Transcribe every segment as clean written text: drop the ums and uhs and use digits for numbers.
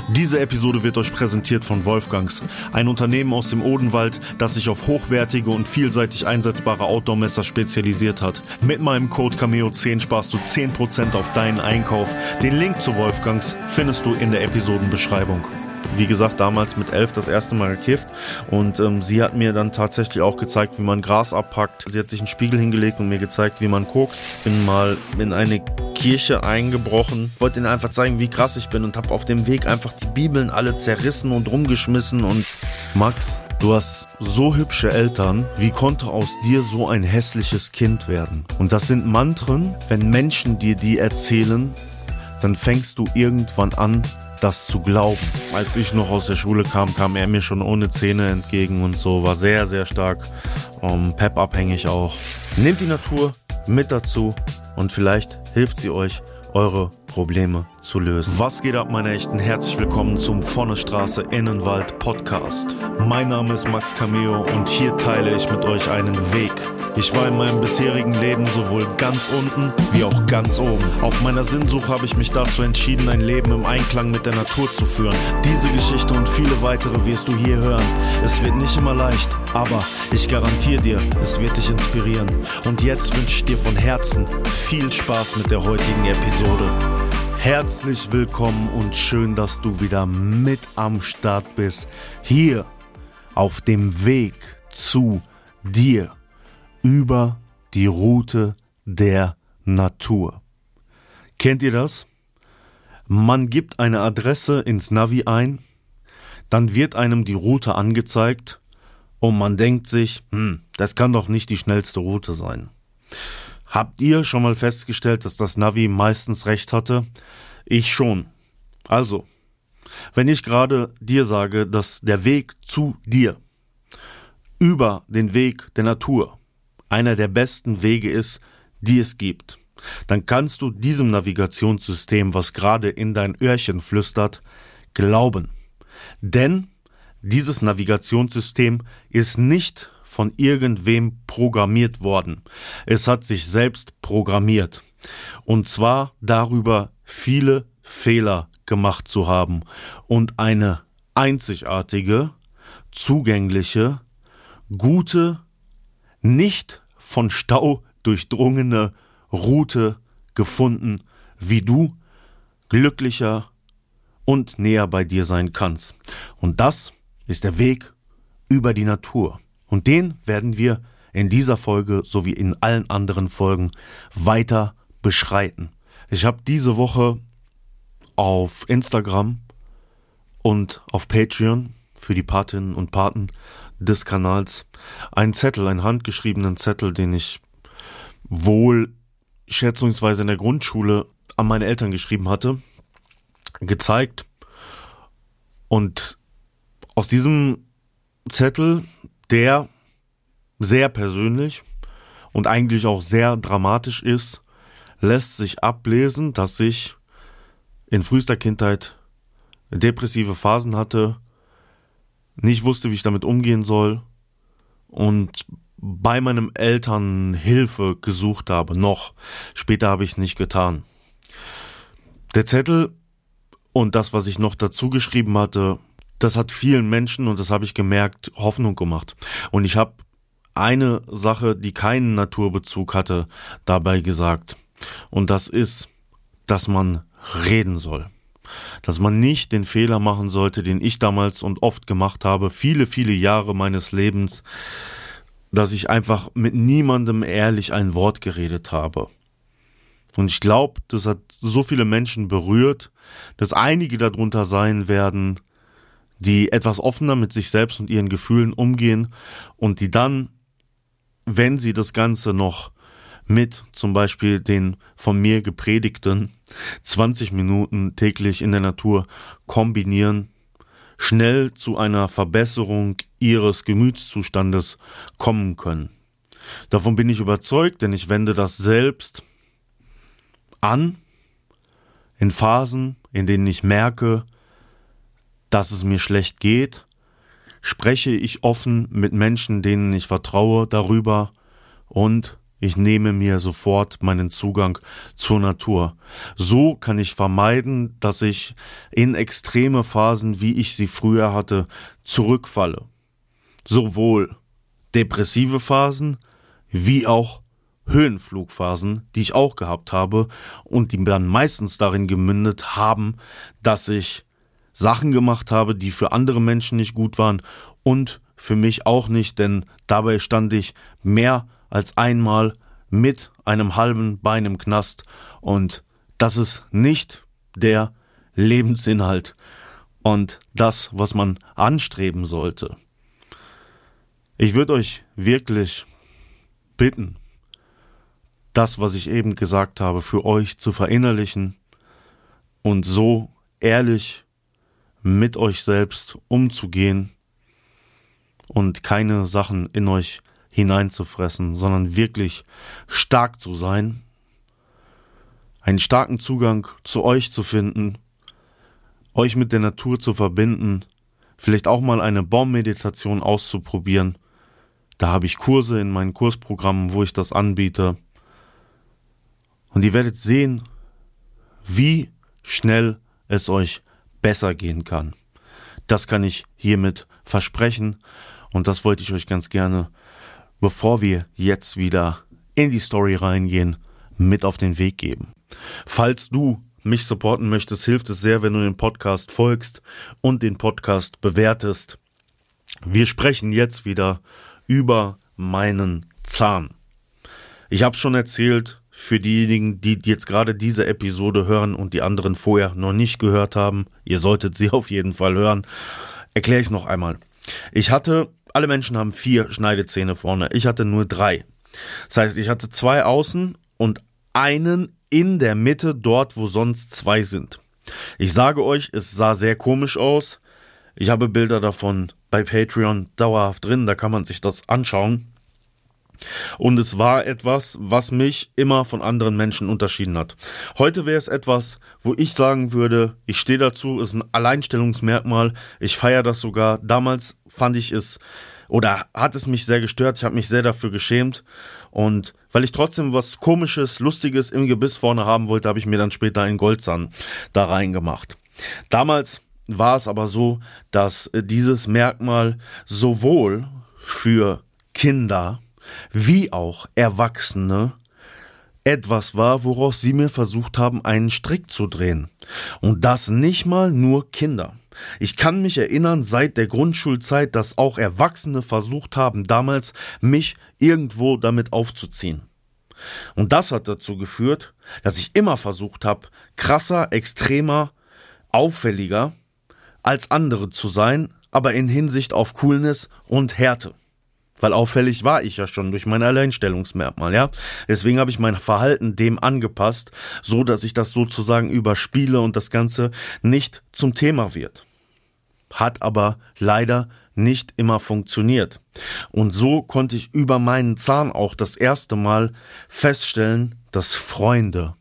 Diese Episode wird euch präsentiert von Wolfgangs, ein Unternehmen aus dem Odenwald, das sich auf hochwertige und vielseitig einsetzbare Outdoor-Messer spezialisiert hat. Mit meinem Code Cameo10 sparst du 10% auf deinen Einkauf. Den Link zu Wolfgangs findest du in der Episodenbeschreibung. Wie gesagt, damals mit 11 das erste Mal gekifft und sie hat mir dann tatsächlich auch gezeigt, wie man Gras abpackt. Sie hat sich einen Spiegel hingelegt und mir gezeigt, wie man kokst. Bin mal in eine Kirche eingebrochen, wollte ihnen einfach zeigen, wie krass ich bin und habe auf dem Weg einfach die Bibeln alle zerrissen und rumgeschmissen. Und Max, du hast so hübsche Eltern, wie konnte aus dir so ein hässliches Kind werden? Und das sind Mantren, wenn Menschen dir die erzählen, dann fängst du irgendwann an, das zu glauben. Als ich noch aus der Schule kam, kam er mir schon ohne Zähne entgegen und so, war sehr, sehr stark Pep-abhängig auch. Nehmt die Natur mit dazu und vielleicht hilft sie euch, eure Probleme zu lösen. Was geht ab, meine Echten? Herzlich willkommen zum Vonnestraße Innenwald Podcast. Mein Name ist Max Cameo und hier teile ich mit euch einen Weg. Ich war in meinem bisherigen Leben sowohl ganz unten wie auch ganz oben. Auf meiner Sinnsuche habe ich mich dazu entschieden, ein Leben im Einklang mit der Natur zu führen. Diese Geschichte und viele weitere wirst du hier hören. Es wird nicht immer leicht, aber ich garantiere dir, es wird dich inspirieren. Und jetzt wünsche ich dir von Herzen viel Spaß mit der heutigen Episode. Herzlich willkommen und schön, dass du wieder mit am Start bist. Hier auf dem Weg zu dir. Über die Route der Natur. Kennt ihr das? Man gibt eine Adresse ins Navi ein, dann wird einem die Route angezeigt und man denkt sich, das kann doch nicht die schnellste Route sein. Habt ihr schon mal festgestellt, dass das Navi meistens recht hatte? Ich schon. Also, wenn ich gerade dir sage, dass der Weg zu dir über den Weg der Natur einer der besten Wege ist, die es gibt, dann kannst du diesem Navigationssystem, was gerade in dein Öhrchen flüstert, glauben. Denn dieses Navigationssystem ist nicht von irgendwem programmiert worden. Es hat sich selbst programmiert. Und zwar darüber, viele Fehler gemacht zu haben und eine einzigartige, zugängliche, gute, nicht von Stau durchdrungene Route gefunden, wie du glücklicher und näher bei dir sein kannst. Und das ist der Weg über die Natur. Und den werden wir in dieser Folge sowie in allen anderen Folgen weiter beschreiten. Ich habe diese Woche auf Instagram und auf Patreon für die Patinnen und Paten des Kanals einen handgeschriebenen Zettel, den ich wohl schätzungsweise in der Grundschule an meine Eltern geschrieben hatte, gezeigt. Und aus diesem Zettel, der sehr persönlich und eigentlich auch sehr dramatisch ist, lässt sich ablesen, dass ich in frühester Kindheit depressive Phasen hatte, nicht wusste, wie ich damit umgehen soll und bei meinen Eltern Hilfe gesucht habe. Noch später habe ich es nicht getan. Der Zettel und das, was ich noch dazu geschrieben hatte, das hat vielen Menschen, und das habe ich gemerkt, Hoffnung gemacht. Und ich habe eine Sache, die keinen Naturbezug hatte, dabei gesagt. Und das ist, dass man reden soll. Dass man nicht den Fehler machen sollte, den ich damals und oft gemacht habe, viele, viele Jahre meines Lebens, dass ich einfach mit niemandem ehrlich ein Wort geredet habe. Und ich glaube, das hat so viele Menschen berührt, dass einige darunter sein werden, die etwas offener mit sich selbst und ihren Gefühlen umgehen und die dann, wenn sie das Ganze noch mit zum Beispiel den von mir gepredigten 20 Minuten täglich in der Natur kombinieren, schnell zu einer Verbesserung ihres Gemütszustandes kommen können. Davon bin ich überzeugt, denn ich wende das selbst an, in Phasen, in denen ich merke, dass es mir schlecht geht, spreche ich offen mit Menschen, denen ich vertraue, darüber und ich nehme mir sofort meinen Zugang zur Natur. So kann ich vermeiden, dass ich in extreme Phasen, wie ich sie früher hatte, zurückfalle. Sowohl depressive Phasen wie auch Höhenflugphasen, die ich auch gehabt habe und die dann meistens darin gemündet haben, dass ich Sachen gemacht habe, die für andere Menschen nicht gut waren und für mich auch nicht, denn dabei stand ich mehr als einmal mit einem halben Bein im Knast und das ist nicht der Lebensinhalt und das, was man anstreben sollte. Ich würde euch wirklich bitten, das, was ich eben gesagt habe, für euch zu verinnerlichen und so ehrlich mit euch selbst umzugehen und keine Sachen in euch hineinzufressen, sondern wirklich stark zu sein, einen starken Zugang zu euch zu finden, euch mit der Natur zu verbinden, vielleicht auch mal eine Baummeditation auszuprobieren. Da habe ich Kurse in meinen Kursprogrammen, wo ich das anbiete. Und ihr werdet sehen, wie schnell es euch besser gehen kann. Das kann ich hiermit versprechen und das wollte ich euch ganz gerne, bevor wir jetzt wieder in die Story reingehen, mit auf den Weg geben. Falls du mich supporten möchtest, hilft es sehr, wenn du den Podcast folgst und den Podcast bewertest. Wir sprechen jetzt wieder über meinen Zahn. Ich habe schon erzählt, für diejenigen, die jetzt gerade diese Episode hören und die anderen vorher noch nicht gehört haben, ihr solltet sie auf jeden Fall hören, erkläre ich es noch einmal. Alle Menschen haben 4 Schneidezähne vorne, ich hatte nur 3. Das heißt, ich hatte 2 außen und einen in der Mitte, dort wo sonst 2 sind. Ich sage euch, es sah sehr komisch aus. Ich habe Bilder davon bei Patreon dauerhaft drin, da kann man sich das anschauen. Und es war etwas, was mich immer von anderen Menschen unterschieden hat. Heute wäre es etwas, wo ich sagen würde, ich stehe dazu, ist ein Alleinstellungsmerkmal, ich feiere das sogar. Damals fand ich es, oder hat es mich sehr gestört, ich habe mich sehr dafür geschämt. Und weil ich trotzdem was Komisches, Lustiges im Gebiss vorne haben wollte, habe ich mir dann später einen Goldzahn da reingemacht. Damals war es aber so, dass dieses Merkmal sowohl für Kinder wie auch Erwachsene etwas war, woraus sie mir versucht haben, einen Strick zu drehen. Und das nicht mal nur Kinder. Ich kann mich erinnern, seit der Grundschulzeit, dass auch Erwachsene versucht haben, damals mich irgendwo damit aufzuziehen. Und das hat dazu geführt, dass ich immer versucht habe, krasser, extremer, auffälliger als andere zu sein, aber in Hinsicht auf Coolness und Härte. Weil auffällig war ich ja schon durch mein Alleinstellungsmerkmal, ja. Deswegen habe ich mein Verhalten dem angepasst, so dass ich das sozusagen überspiele und das Ganze nicht zum Thema wird. Hat aber leider nicht immer funktioniert. Und so konnte ich über meinen Zahn auch das erste Mal feststellen, dass Freunde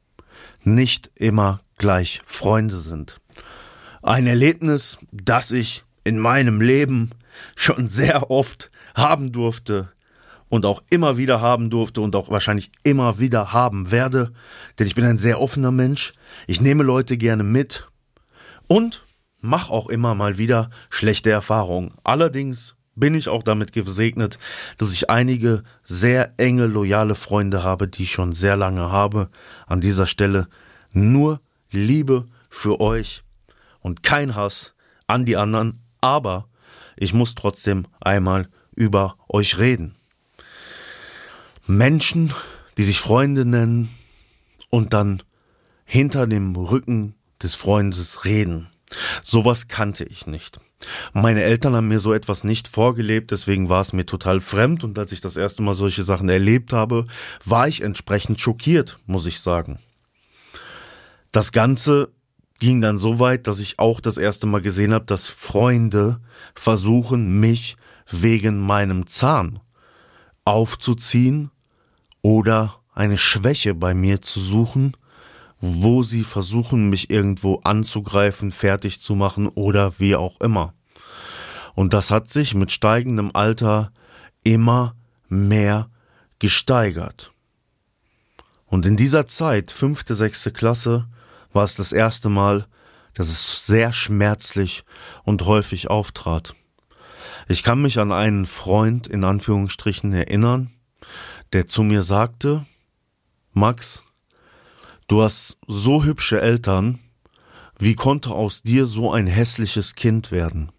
nicht immer gleich Freunde sind. Ein Erlebnis, das ich in meinem Leben schon sehr oft haben durfte und auch immer wieder haben durfte und auch wahrscheinlich immer wieder haben werde, denn ich bin ein sehr offener Mensch, ich nehme Leute gerne mit und mache auch immer mal wieder schlechte Erfahrungen. Allerdings bin ich auch damit gesegnet, dass ich einige sehr enge, loyale Freunde habe, die ich schon sehr lange habe. An dieser Stelle nur Liebe für euch und kein Hass an die anderen, aber ich muss trotzdem einmal über euch reden. Menschen, die sich Freunde nennen und dann hinter dem Rücken des Freundes reden. Sowas kannte ich nicht. Meine Eltern haben mir so etwas nicht vorgelebt, deswegen war es mir total fremd und als ich das erste Mal solche Sachen erlebt habe, war ich entsprechend schockiert, muss ich sagen. Das Ganze ging dann so weit, dass ich auch das erste Mal gesehen habe, dass Freunde versuchen, mich wegen meinem Zahn aufzuziehen oder eine Schwäche bei mir zu suchen, wo sie versuchen, mich irgendwo anzugreifen, fertig zu machen oder wie auch immer. Und das hat sich mit steigendem Alter immer mehr gesteigert. Und in dieser Zeit, 5., 6. Klasse, war es das erste Mal, dass es sehr schmerzlich und häufig auftrat. Ich kann mich an einen Freund, in Anführungsstrichen, erinnern, der zu mir sagte: Max, du hast so hübsche Eltern, wie konnte aus dir so ein hässliches Kind werden?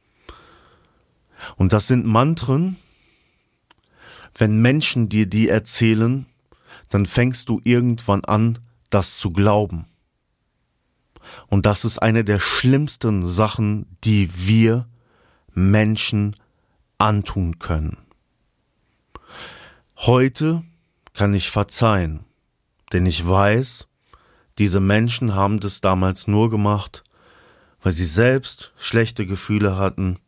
Und das sind Mantren, wenn Menschen dir die erzählen, dann fängst du irgendwann an, das zu glauben. Und das ist eine der schlimmsten Sachen, die wir Menschen antun können. Heute kann ich verzeihen, denn ich weiß, diese Menschen haben das damals nur gemacht, weil sie selbst schlechte Gefühle hatten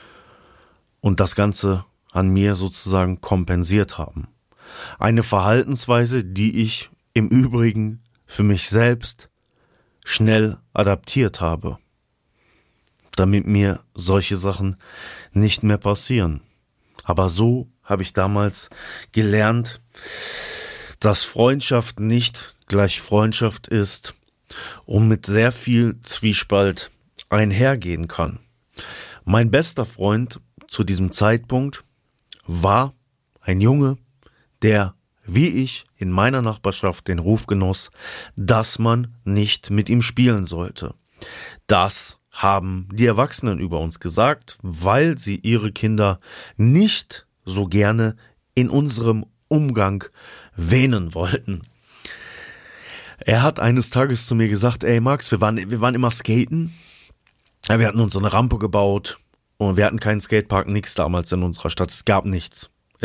und das Ganze an mir sozusagen kompensiert haben. Eine Verhaltensweise, die ich im Übrigen für mich selbst schnell adaptiert habe, damit mir solche Sachen nicht mehr passieren. Aber so habe ich damals gelernt, dass Freundschaft nicht gleich Freundschaft ist und mit sehr viel Zwiespalt einhergehen kann. Mein bester Freund zu diesem Zeitpunkt war ein Junge, der, wie ich, in meiner Nachbarschaft den Ruf genoss, dass man nicht mit ihm spielen sollte. Das haben die Erwachsenen über uns gesagt, weil sie ihre Kinder nicht so gerne in unserem Umgang wähnen wollten. Er hat eines Tages zu mir gesagt: Ey Max, wir waren immer skaten. Wir hatten uns so eine Rampe gebaut und wir hatten keinen Skatepark, nichts damals in unserer Stadt. Es gab nichts.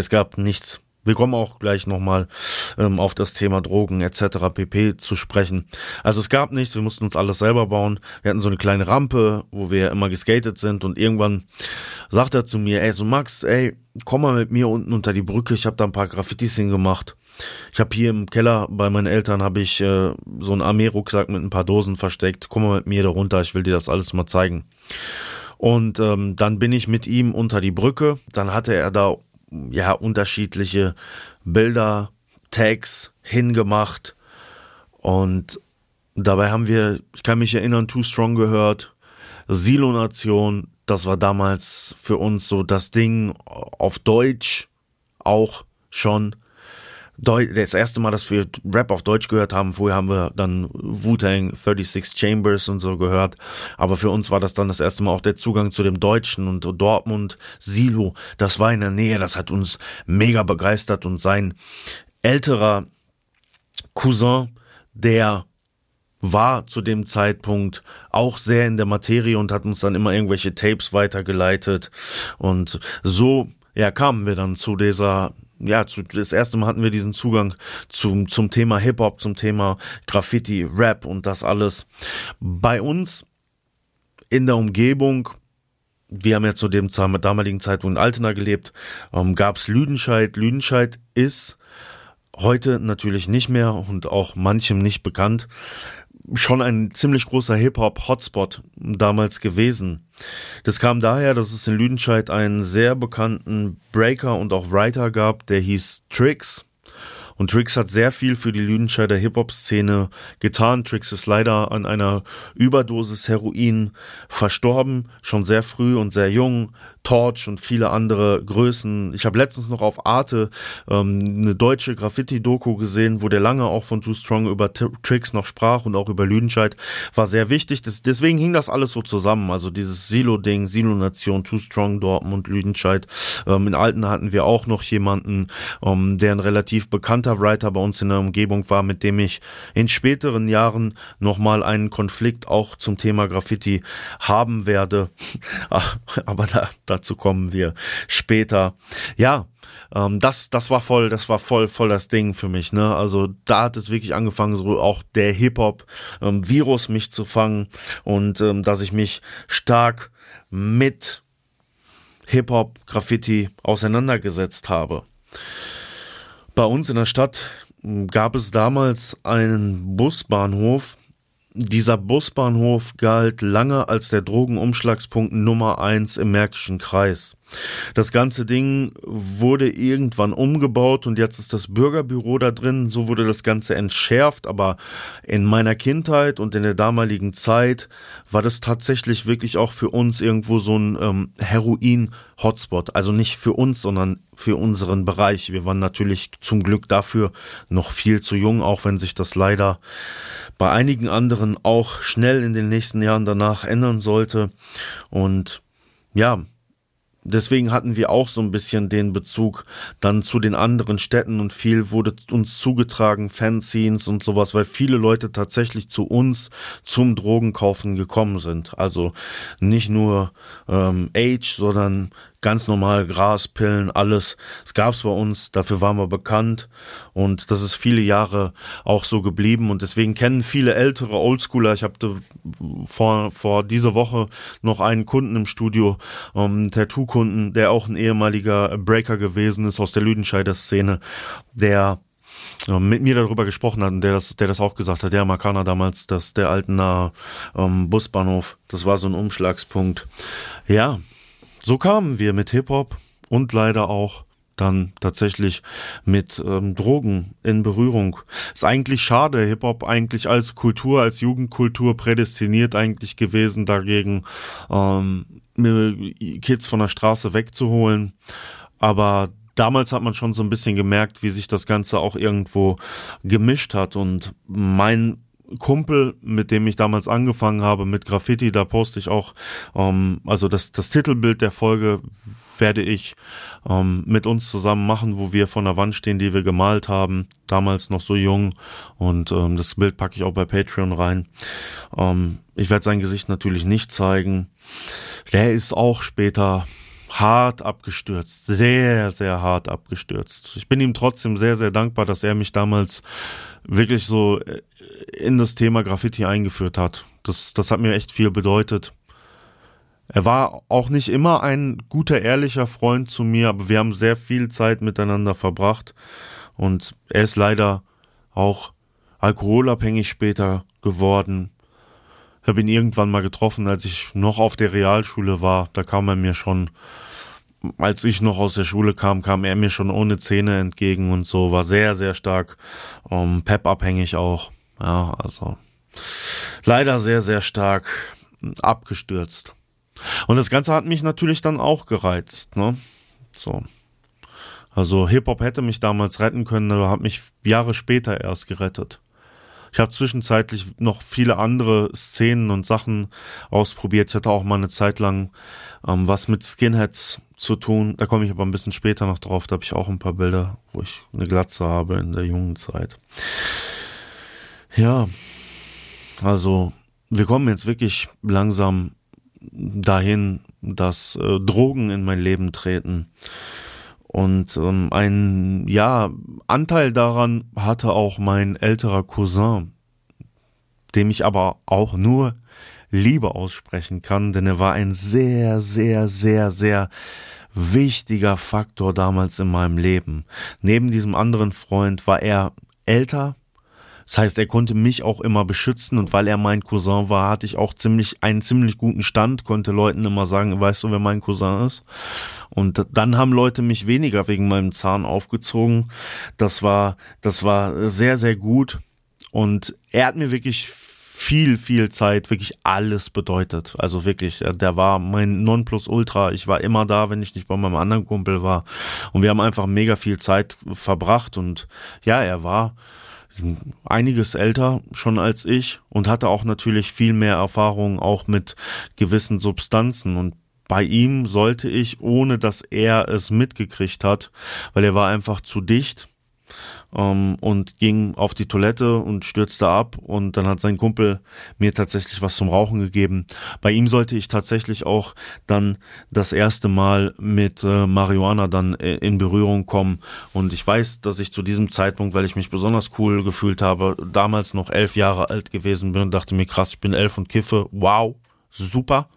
Wir kommen auch gleich nochmal auf das Thema Drogen etc. pp. Zu sprechen. Also es gab nichts, wir mussten uns alles selber bauen. Wir hatten so eine kleine Rampe, wo wir immer geskatet sind und irgendwann sagt er zu mir: Max, komm mal mit mir unten unter die Brücke, ich habe da ein paar Graffitis hingemacht. Ich habe hier im Keller bei meinen Eltern so einen Armee-Rucksack mit ein paar Dosen versteckt. Komm mal mit mir da runter, ich will dir das alles mal zeigen. Und dann bin ich mit ihm unter die Brücke. Dann hatte er da unterschiedliche Bilder, Tags hingemacht und dabei haben wir, ich kann mich erinnern, Too Strong gehört, Silo Nation, das war damals für uns so das Ding, auf Deutsch auch schon. Das erste Mal, dass wir Rap auf Deutsch gehört haben, vorher haben wir dann Wu-Tang, 36 Chambers und so gehört, aber für uns war das dann das erste Mal auch der Zugang zu dem Deutschen und Dortmund, Silo, das war in der Nähe, das hat uns mega begeistert und sein älterer Cousin, der war zu dem Zeitpunkt auch sehr in der Materie und hat uns dann immer irgendwelche Tapes weitergeleitet und so, kamen wir dann zu das erste Mal hatten wir diesen Zugang zum Thema Hip-Hop, zum Thema Graffiti, Rap und das alles. Bei uns in der Umgebung, wir haben ja zu dem damaligen Zeitpunkt in Altena gelebt, gab es Lüdenscheid. Lüdenscheid ist heute natürlich nicht mehr und auch manchem nicht bekannt, schon ein ziemlich großer Hip-Hop-Hotspot damals gewesen. Das kam daher, dass es in Lüdenscheid einen sehr bekannten Breaker und auch Writer gab, der hieß Trix. Und Trix hat sehr viel für die Lüdenscheider Hip-Hop-Szene getan. Trix ist leider an einer Überdosis Heroin verstorben, schon sehr früh und sehr jung. Torch und viele andere Größen. Ich habe letztens noch auf Arte eine deutsche Graffiti-Doku gesehen, wo der lange auch von Too Strong über Trix noch sprach und auch über Lüdenscheid. War sehr wichtig. Deswegen hing das alles so zusammen. Also dieses Silo-Ding, Silo-Nation, Too Strong, Dortmund, Lüdenscheid. In Alten hatten wir auch noch jemanden, der ein relativ bekannter Writer bei uns in der Umgebung war, mit dem ich in späteren Jahren nochmal einen Konflikt auch zum Thema Graffiti haben werde. Aber dazu kommen wir später. Ja, das war voll das Ding für mich, ne? Also da hat es wirklich angefangen, so auch der Hip-Hop-Virus mich zu fangen und dass ich mich stark mit Hip-Hop, Graffiti auseinandergesetzt habe. Bei uns in der Stadt gab es damals einen Busbahnhof. Dieser Busbahnhof galt lange als der Drogenumschlagspunkt Nummer 1 im Märkischen Kreis. Das ganze Ding wurde irgendwann umgebaut und jetzt ist das Bürgerbüro da drin. So wurde das Ganze entschärft, aber in meiner Kindheit und in der damaligen Zeit war das tatsächlich wirklich auch für uns irgendwo so ein Heroin-Hotspot. Also nicht für uns, sondern für unseren Bereich. Wir waren natürlich zum Glück dafür noch viel zu jung, auch wenn sich das leider bei einigen anderen auch schnell in den nächsten Jahren danach ändern sollte. Und ja, deswegen hatten wir auch so ein bisschen den Bezug dann zu den anderen Städten und viel wurde uns zugetragen, Fanzines und sowas, weil viele Leute tatsächlich zu uns zum Drogenkaufen gekommen sind. Also nicht nur Age, sondern ganz normal Gras, Pillen, alles. Es gab's bei uns, dafür waren wir bekannt und das ist viele Jahre auch so geblieben und deswegen kennen viele ältere Oldschooler. Ich habe vor dieser Woche noch einen Kunden im Studio, einen Tattoo-Kunden, der auch ein ehemaliger Breaker gewesen ist aus der Lüdenscheider Szene, der mit mir darüber gesprochen hat und der das auch gesagt hat, ja, Marcana damals, der Altenaer Busbahnhof, das war so ein Umschlagspunkt. Ja, so kamen wir mit Hip-Hop und leider auch dann tatsächlich mit Drogen in Berührung. Ist eigentlich schade, Hip-Hop eigentlich als Kultur, als Jugendkultur prädestiniert eigentlich gewesen, dagegen Kids von der Straße wegzuholen. Aber damals hat man schon so ein bisschen gemerkt, wie sich das Ganze auch irgendwo gemischt hat und mein Kumpel, mit dem ich damals angefangen habe mit Graffiti, da poste ich auch, also das Titelbild der Folge werde ich mit uns zusammen machen, wo wir vor einer Wand stehen, die wir gemalt haben, damals noch so jung und das Bild packe ich auch bei Patreon rein. Ich werde sein Gesicht natürlich nicht zeigen. Der ist auch später hart abgestürzt, sehr, sehr hart abgestürzt. Ich bin ihm trotzdem sehr, sehr dankbar, dass er mich damals wirklich so in das Thema Graffiti eingeführt hat. Das hat mir echt viel bedeutet. Er war auch nicht immer ein guter, ehrlicher Freund zu mir, aber wir haben sehr viel Zeit miteinander verbracht und er ist leider auch alkoholabhängig später geworden. Ich habe ihn irgendwann mal getroffen, als ich noch auf der Realschule war. Da kam er mir schon, als ich noch aus der Schule kam er mir schon ohne Zähne entgegen und so. War sehr, sehr stark Pep-abhängig auch. Ja, also leider sehr, sehr stark abgestürzt. Und das Ganze hat mich natürlich dann auch gereizt, ne? So. Also Hip-Hop hätte mich damals retten können, aber hat mich Jahre später erst gerettet. Ich habe zwischenzeitlich noch viele andere Szenen und Sachen ausprobiert. Ich hatte auch mal eine Zeit lang was mit Skinheads zu tun. Da komme ich aber ein bisschen später noch drauf. Da habe ich auch ein paar Bilder, wo ich eine Glatze habe in der jungen Zeit. Ja, also wir kommen jetzt wirklich langsam dahin, dass Drogen in mein Leben treten. Und ein Anteil daran hatte auch mein älterer Cousin, dem ich aber auch nur Liebe aussprechen kann, denn er war ein sehr, sehr, sehr, sehr wichtiger Faktor damals in meinem Leben. Neben diesem anderen Freund war er älter. Das heißt, er konnte mich auch immer beschützen und weil er mein Cousin war, hatte ich auch einen ziemlich guten Stand, konnte Leuten immer sagen, weißt du, wer mein Cousin ist? Und dann haben Leute mich weniger wegen meinem Zahn aufgezogen. Das war sehr, sehr gut und er hat mir wirklich viel, viel Zeit, wirklich alles bedeutet. Also wirklich, der war mein Nonplusultra. Ich war immer da, wenn ich nicht bei meinem anderen Kumpel war und wir haben einfach mega viel Zeit verbracht und ja, er war einiges älter schon als ich und hatte auch natürlich viel mehr Erfahrung auch mit gewissen Substanzen und bei ihm sollte ich, ohne dass er es mitgekriegt hat, weil er war einfach zu dicht und ging auf die Toilette und stürzte ab und dann hat sein Kumpel mir tatsächlich was zum Rauchen gegeben. Bei ihm sollte ich tatsächlich auch dann das erste Mal mit Marihuana dann in Berührung kommen und ich weiß, dass ich zu diesem Zeitpunkt, weil ich mich besonders cool gefühlt habe, damals noch 11 Jahre alt gewesen bin und dachte mir, krass, ich bin 11 und kiffe, wow, super.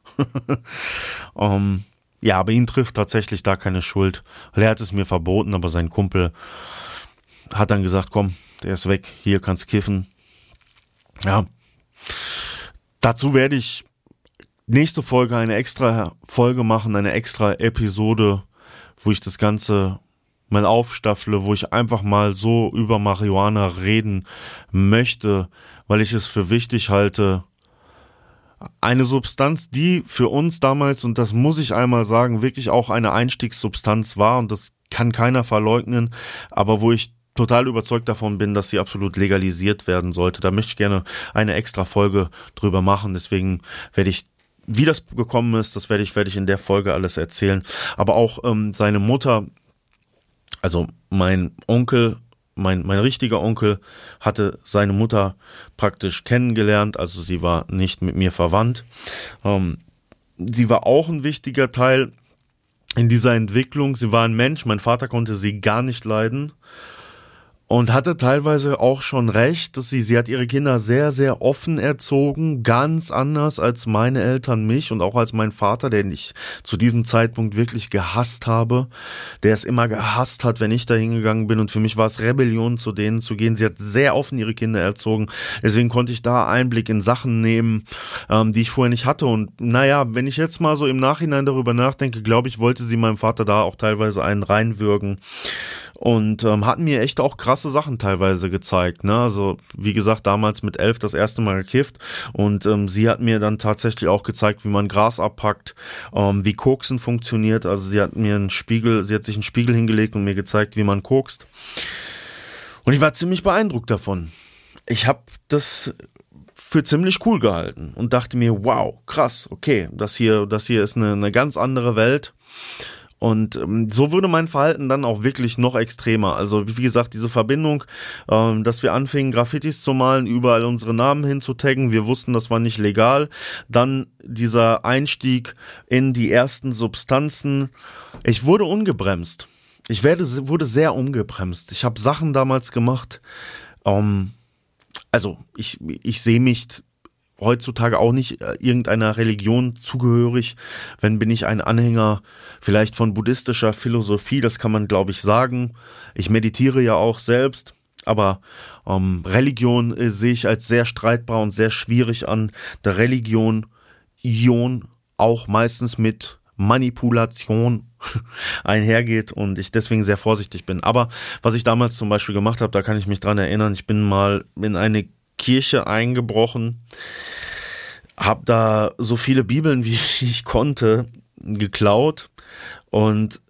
Ja, aber ihn trifft tatsächlich da keine Schuld, weil er hat es mir verboten, aber sein Kumpel hat dann gesagt, komm, der ist weg, hier kannst kiffen. Ja, dazu werde ich nächste Folge eine extra Folge machen, eine extra Episode, wo ich das Ganze mal aufstaffle, wo ich einfach mal so über Marihuana reden möchte, weil ich es für wichtig halte. Eine Substanz, die für uns damals, und das muss ich einmal sagen, wirklich auch eine Einstiegssubstanz war, und das kann keiner verleugnen, aber wo ich total überzeugt davon bin, dass sie absolut legalisiert werden sollte. Da möchte ich gerne eine extra Folge drüber machen, deswegen werde ich, wie das gekommen ist, das werde ich in der Folge alles erzählen. Aber auch seine Mutter, also mein Onkel, mein richtiger Onkel hatte seine Mutter praktisch kennengelernt, also sie war nicht mit mir verwandt. Sie war auch ein wichtiger Teil in dieser Entwicklung. Sie war ein Mensch, mein Vater konnte sie gar nicht leiden. Und hatte teilweise auch schon recht, dass sie hat ihre Kinder sehr, sehr offen erzogen, ganz anders als meine Eltern mich und auch als mein Vater, den ich zu diesem Zeitpunkt wirklich gehasst habe, der es immer gehasst hat, wenn ich da hingegangen bin, und für mich war es Rebellion, zu denen zu gehen. Sie hat sehr offen ihre Kinder erzogen, deswegen konnte ich da Einblick in Sachen nehmen, die ich vorher nicht hatte. Und naja, wenn ich jetzt mal so im Nachhinein darüber nachdenke, glaube ich, wollte sie meinem Vater da auch teilweise einen reinwürgen. Und hat mir echt auch krasse Sachen teilweise gezeigt, ne? Also wie gesagt, damals mit 11 das erste Mal gekifft, und sie hat mir dann tatsächlich auch gezeigt, wie man Gras abpackt, wie Koksen funktioniert. Also sie hat sich einen Spiegel hingelegt und mir gezeigt, wie man kokst. Und ich war ziemlich beeindruckt davon. Ich habe das für ziemlich cool gehalten und dachte mir, wow, krass, okay, das hier ist eine ganz andere Welt. Und so wurde mein Verhalten dann auch wirklich noch extremer. Also wie gesagt, diese Verbindung, dass wir anfingen, Graffitis zu malen, überall unsere Namen hinzutaggen. Wir wussten, das war nicht legal. Dann dieser Einstieg in die ersten Substanzen. Ich wurde ungebremst. Wurde sehr ungebremst. Ich habe Sachen damals gemacht. Also ich sehe mich heutzutage auch nicht irgendeiner Religion zugehörig. Wenn bin ich ein Anhänger vielleicht von buddhistischer Philosophie, das kann man, glaube ich, sagen. Ich meditiere ja auch selbst, aber Religion sehe ich als sehr streitbar und sehr schwierig an, da Religion auch meistens mit Manipulation einhergeht und ich deswegen sehr vorsichtig bin. Aber was ich damals zum Beispiel gemacht habe, da kann ich mich dran erinnern, ich bin mal in eine Kirche eingebrochen, habe da so viele Bibeln, wie ich konnte, geklaut, und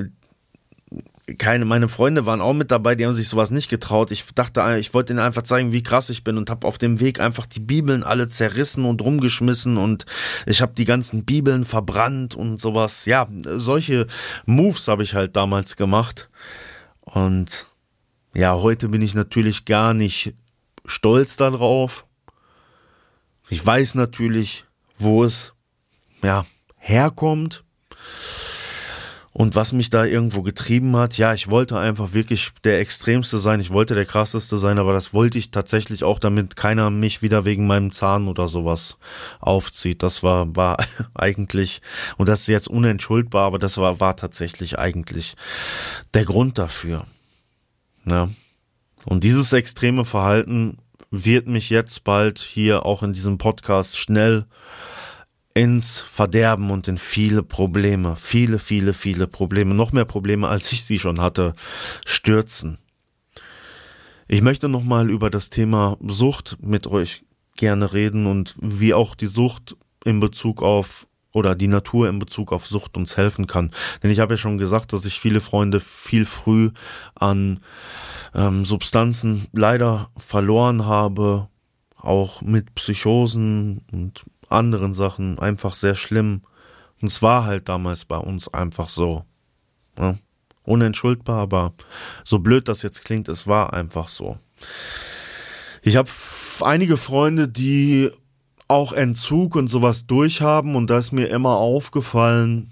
meine Freunde waren auch mit dabei, die haben sich sowas nicht getraut. Ich dachte, ich wollte ihnen einfach zeigen, wie krass ich bin, und habe auf dem Weg einfach die Bibeln alle zerrissen und rumgeschmissen, und ich habe die ganzen Bibeln verbrannt und sowas. Ja, solche Moves habe ich halt damals gemacht, und ja, heute bin ich natürlich gar nicht stolz darauf. Ich weiß natürlich, wo es herkommt und was mich da irgendwo getrieben hat. Ja, ich wollte einfach wirklich der Extremste sein, ich wollte der Krasseste sein, aber das wollte ich tatsächlich auch, damit keiner mich wieder wegen meinem Zahn oder sowas aufzieht. Das war eigentlich, und das ist jetzt unentschuldbar, aber das war tatsächlich eigentlich der Grund dafür. Ja. Und dieses extreme Verhalten wird mich jetzt bald hier auch in diesem Podcast schnell ins Verderben und in viele Probleme, viele Probleme, noch mehr Probleme, als ich sie schon hatte, stürzen. Ich möchte nochmal über das Thema Sucht mit euch gerne reden und wie auch die Sucht in Bezug auf, oder die Natur in Bezug auf Sucht uns helfen kann. Denn ich habe ja schon gesagt, dass ich viele Freunde viel früh an Substanzen leider verloren habe, auch mit Psychosen und anderen Sachen, einfach sehr schlimm. Und es war halt damals bei uns einfach so. Ja? Unentschuldbar, aber so blöd das jetzt klingt, es war einfach so. Ich habe einige Freunde, die auch Entzug und sowas durchhaben, und da ist mir immer aufgefallen,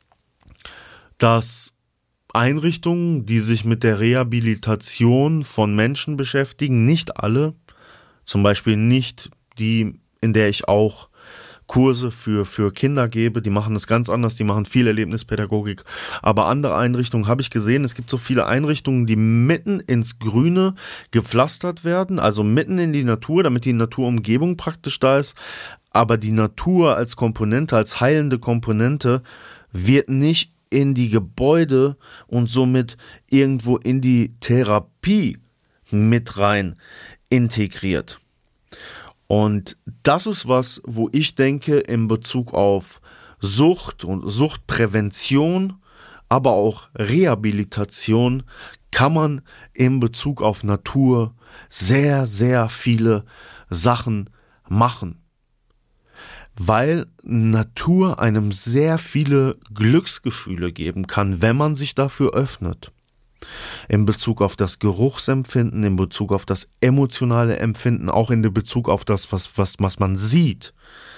dass Einrichtungen, die sich mit der Rehabilitation von Menschen beschäftigen, nicht alle, zum Beispiel nicht die, in der ich auch Kurse für Kinder gebe, die machen das ganz anders, die machen viel Erlebnispädagogik, aber andere Einrichtungen habe ich gesehen, es gibt so viele Einrichtungen, die mitten ins Grüne gepflastert werden, also mitten in die Natur, damit die Naturumgebung praktisch da ist, aber die Natur als Komponente, als heilende Komponente wird nicht in die Gebäude und somit irgendwo in die Therapie mit rein integriert. Und das ist was, wo ich denke, in Bezug auf Sucht und Suchtprävention, aber auch Rehabilitation, kann man in Bezug auf Natur sehr, sehr viele Sachen machen. Weil Natur einem sehr viele Glücksgefühle geben kann, wenn man sich dafür öffnet. In Bezug auf das Geruchsempfinden, in Bezug auf das emotionale Empfinden, auch in Bezug auf das, was man sieht,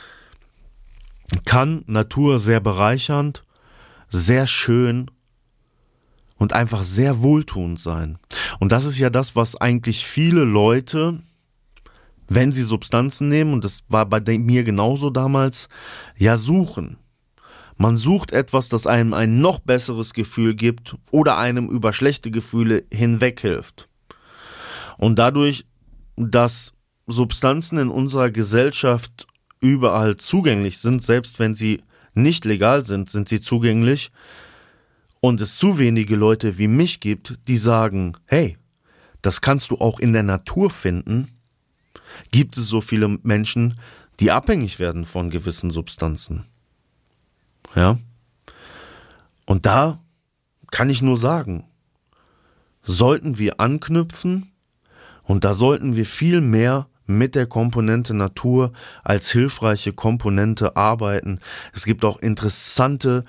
kann Natur sehr bereichernd, sehr schön und einfach sehr wohltuend sein. Und das ist ja das, was eigentlich viele Leute, wenn sie Substanzen nehmen, und das war bei mir genauso damals, ja suchen. Man sucht etwas, das einem ein noch besseres Gefühl gibt oder einem über schlechte Gefühle hinweghilft. Und dadurch, dass Substanzen in unserer Gesellschaft überall zugänglich sind, selbst wenn sie nicht legal sind, sind sie zugänglich, und es zu wenige Leute wie mich gibt, die sagen, hey, das kannst du auch in der Natur finden, gibt es so viele Menschen, die abhängig werden von gewissen Substanzen. Ja? Und da kann ich nur sagen, sollten wir anknüpfen, und da sollten wir viel mehr mit der Komponente Natur als hilfreiche Komponente arbeiten. Es gibt auch interessante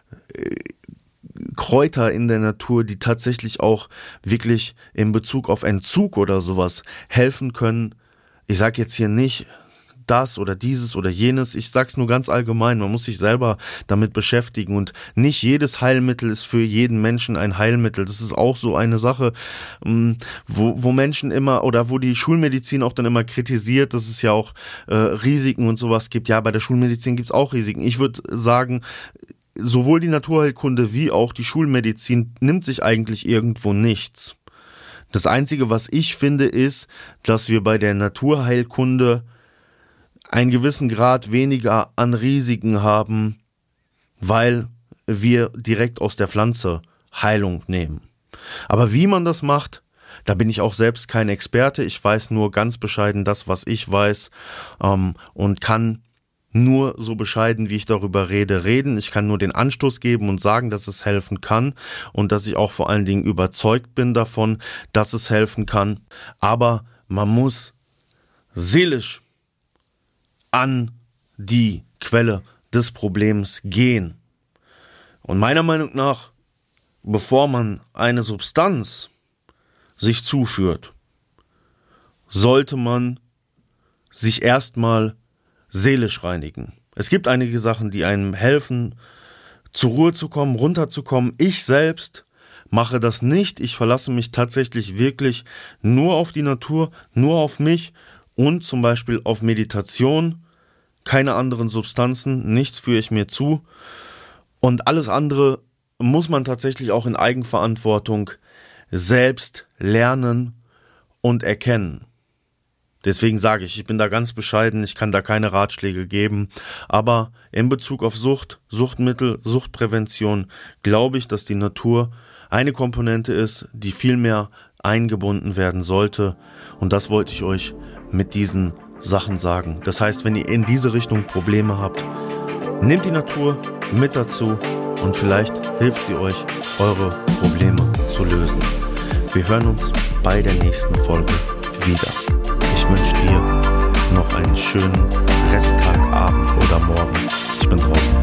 Kräuter in der Natur, die tatsächlich auch wirklich in Bezug auf Entzug oder sowas helfen können. Ich sage jetzt hier nicht das oder dieses oder jenes, ich sag's nur ganz allgemein, man muss sich selber damit beschäftigen, und nicht jedes Heilmittel ist für jeden Menschen ein Heilmittel. Das ist auch so eine Sache, wo Menschen immer, oder wo die Schulmedizin auch dann immer kritisiert, dass es ja auch Risiken und sowas gibt. Ja, bei der Schulmedizin gibt's auch Risiken. Ich würde sagen, sowohl die Naturheilkunde wie auch die Schulmedizin nimmt sich eigentlich irgendwo nichts. Das Einzige, was ich finde, ist, dass wir bei der Naturheilkunde einen gewissen Grad weniger an Risiken haben, weil wir direkt aus der Pflanze Heilung nehmen. Aber wie man das macht, da bin ich auch selbst kein Experte. Ich weiß nur ganz bescheiden das, was ich weiß, und kann nur so bescheiden, wie ich darüber reden. Ich kann nur den Anstoß geben und sagen, dass es helfen kann, und dass ich auch vor allen Dingen überzeugt bin davon, dass es helfen kann. Aber man muss seelisch an die Quelle des Problems gehen. Und meiner Meinung nach, bevor man eine Substanz sich zuführt, sollte man sich erstmal seelisch reinigen. Es gibt einige Sachen, die einem helfen, zur Ruhe zu kommen, runterzukommen. Ich selbst mache das nicht. Ich verlasse mich tatsächlich wirklich nur auf die Natur, nur auf mich und zum Beispiel auf Meditation. Keine anderen Substanzen, nichts führe ich mir zu. Und alles andere muss man tatsächlich auch in Eigenverantwortung selbst lernen und erkennen. Deswegen sage ich bin da ganz bescheiden, ich kann da keine Ratschläge geben, aber in Bezug auf Sucht, Suchtmittel, Suchtprävention glaube ich, dass die Natur eine Komponente ist, die viel mehr eingebunden werden sollte, und das wollte ich euch mit diesen Sachen sagen. Das heißt, wenn ihr in diese Richtung Probleme habt, nehmt die Natur mit dazu und vielleicht hilft sie euch, eure Probleme zu lösen. Wir hören uns bei der nächsten Folge wieder. Ich wünsche dir noch einen schönen Resttag, Abend oder Morgen. Ich bin draußen.